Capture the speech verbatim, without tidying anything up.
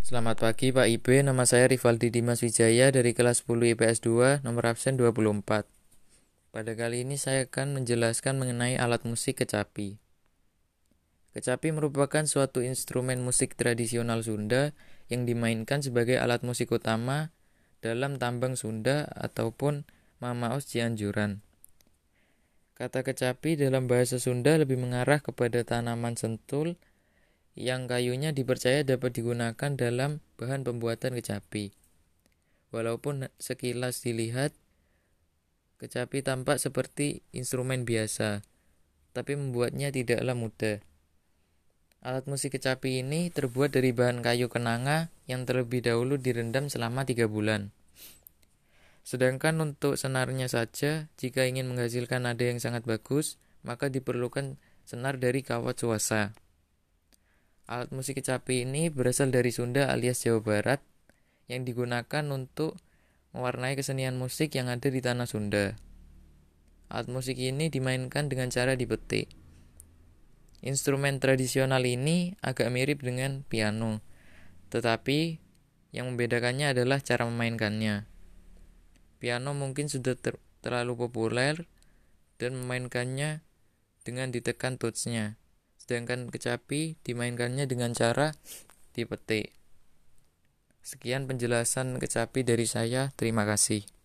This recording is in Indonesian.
Selamat pagi Pak Ibe, nama saya Rivaldi Dimas Wijaya dari kelas sepuluh I P S dua, nomor absen dua puluh empat. Pada kali ini saya akan menjelaskan mengenai alat musik kecapi. Kecapi merupakan suatu instrumen musik tradisional Sunda yang dimainkan sebagai alat musik utama dalam tambang Sunda ataupun Mamaos Cianjuran. Kata kecapi dalam bahasa Sunda lebih mengarah kepada tanaman sentul yang kayunya dipercaya dapat digunakan dalam bahan pembuatan kecapi. Walaupun sekilas dilihat, kecapi tampak seperti instrumen biasa, tapi membuatnya tidaklah mudah. Alat musik kecapi ini terbuat dari bahan kayu kenanga yang terlebih dahulu direndam selama tiga bulan. Sedangkan untuk senarnya saja, jika ingin menghasilkan nada yang sangat bagus, maka diperlukan senar dari kawat suasa. Alat musik kecapi ini berasal dari Sunda alias Jawa Barat yang digunakan untuk mewarnai kesenian musik yang ada di tanah Sunda. Alat musik ini dimainkan dengan cara dipetik. Instrumen tradisional ini agak mirip dengan piano, tetapi yang membedakannya adalah cara memainkannya. Piano mungkin sudah ter- terlalu populer dan memainkannya dengan ditekan touch-nya. Sedangkan kecapi dimainkannya dengan cara dipetik. Sekian penjelasan kecapi dari saya. Terima kasih.